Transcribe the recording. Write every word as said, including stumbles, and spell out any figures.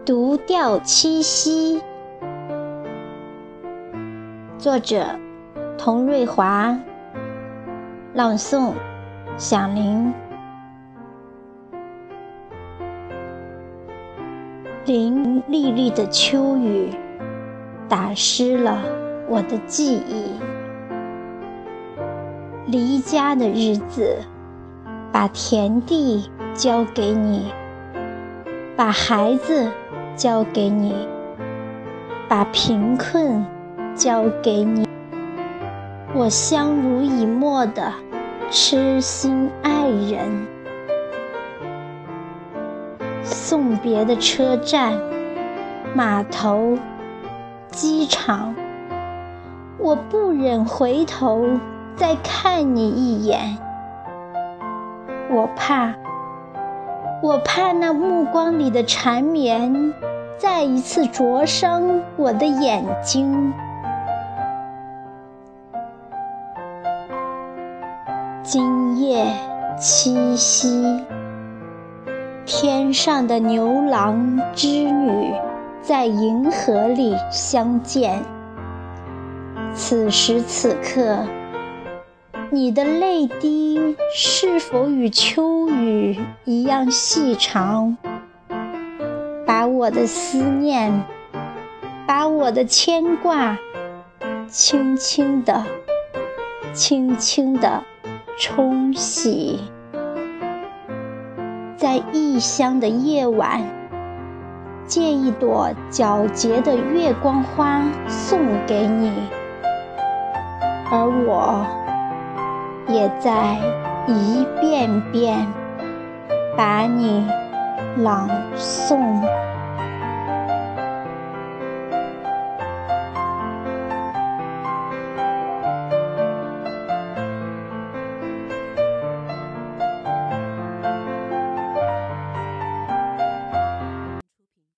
独钓七夕，作者童瑞华，朗诵响铃。淋沥沥的秋雨打湿了我的记忆，离家的日子，把田地交给你，把孩子交给你，把贫困交给你。我相濡以沫的痴心爱人。送别的车站、码头、机场，我不忍回头再看你一眼。我怕，我怕那目光里的缠绵再一次灼伤我的眼睛。今夜七夕，天上的牛郎织女在银河里相见。此时此刻，你的泪滴是否与秋雨一样细长？把我的思念，把我的牵挂，轻轻地、轻轻地冲洗。在异乡的夜晚，借一朵皎洁的月光花送给你，而我也在一遍遍把你朗诵。